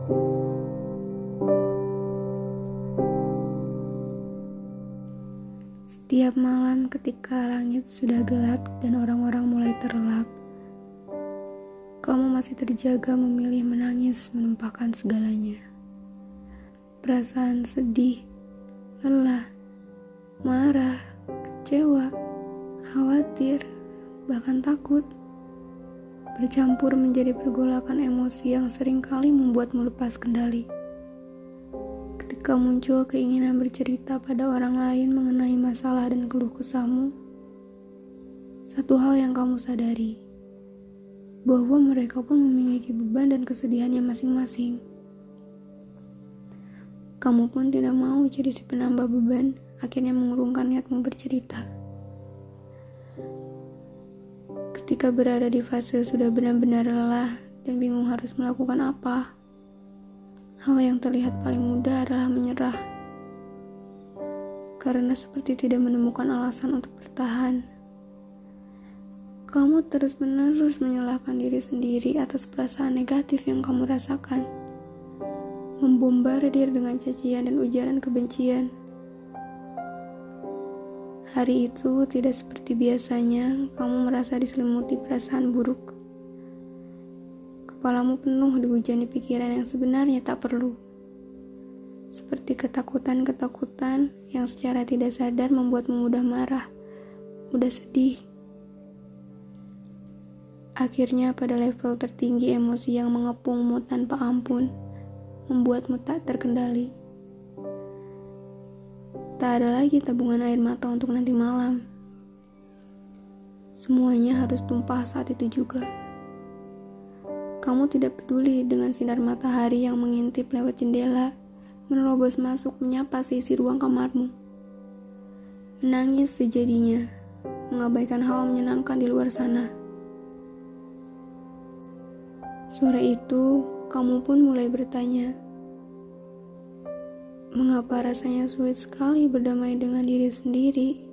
Setiap malam ketika langit sudah gelap dan orang-orang mulai terlelap, kamu masih terjaga memilih menangis menumpahkan segalanya. Perasaan sedih, lelah, marah, kecewa, khawatir, bahkan takut bercampur menjadi pergolakan emosi yang seringkali membuatmu lepas kendali. Ketika muncul keinginan bercerita pada orang lain mengenai masalah dan keluh kesahmu, satu hal yang kamu sadari, bahwa mereka pun memiliki beban dan kesedihannya masing-masing. Kamu pun tidak mau jadi si penambah beban, akhirnya mengurungkan niatmu bercerita. Ketika berada di fase sudah benar-benar lelah dan bingung harus melakukan apa, hal yang terlihat paling mudah adalah menyerah. Karena seperti tidak menemukan alasan untuk bertahan. Kamu terus-menerus menyalahkan diri sendiri atas perasaan negatif yang kamu rasakan. Membombardir dengan cacian dan ujaran kebencian. Hari itu tidak seperti biasanya, kamu merasa diselimuti perasaan buruk. Kepalamu penuh dihujani pikiran yang sebenarnya tak perlu. Seperti ketakutan-ketakutan yang secara tidak sadar membuatmu mudah marah, mudah sedih. Akhirnya pada level tertinggi emosi yang mengepungmu tanpa ampun, membuatmu tak terkendali. Tak ada lagi tabungan air mata untuk nanti malam. Semuanya harus tumpah saat itu juga. Kamu tidak peduli dengan sinar matahari yang mengintip lewat jendela, menerobos masuk menyapa seisi ruang kamarmu. Menangis sejadinya, mengabaikan hal menyenangkan di luar sana. Sore itu, kamu pun mulai bertanya, mengapa rasanya sulit sekali berdamai dengan diri sendiri?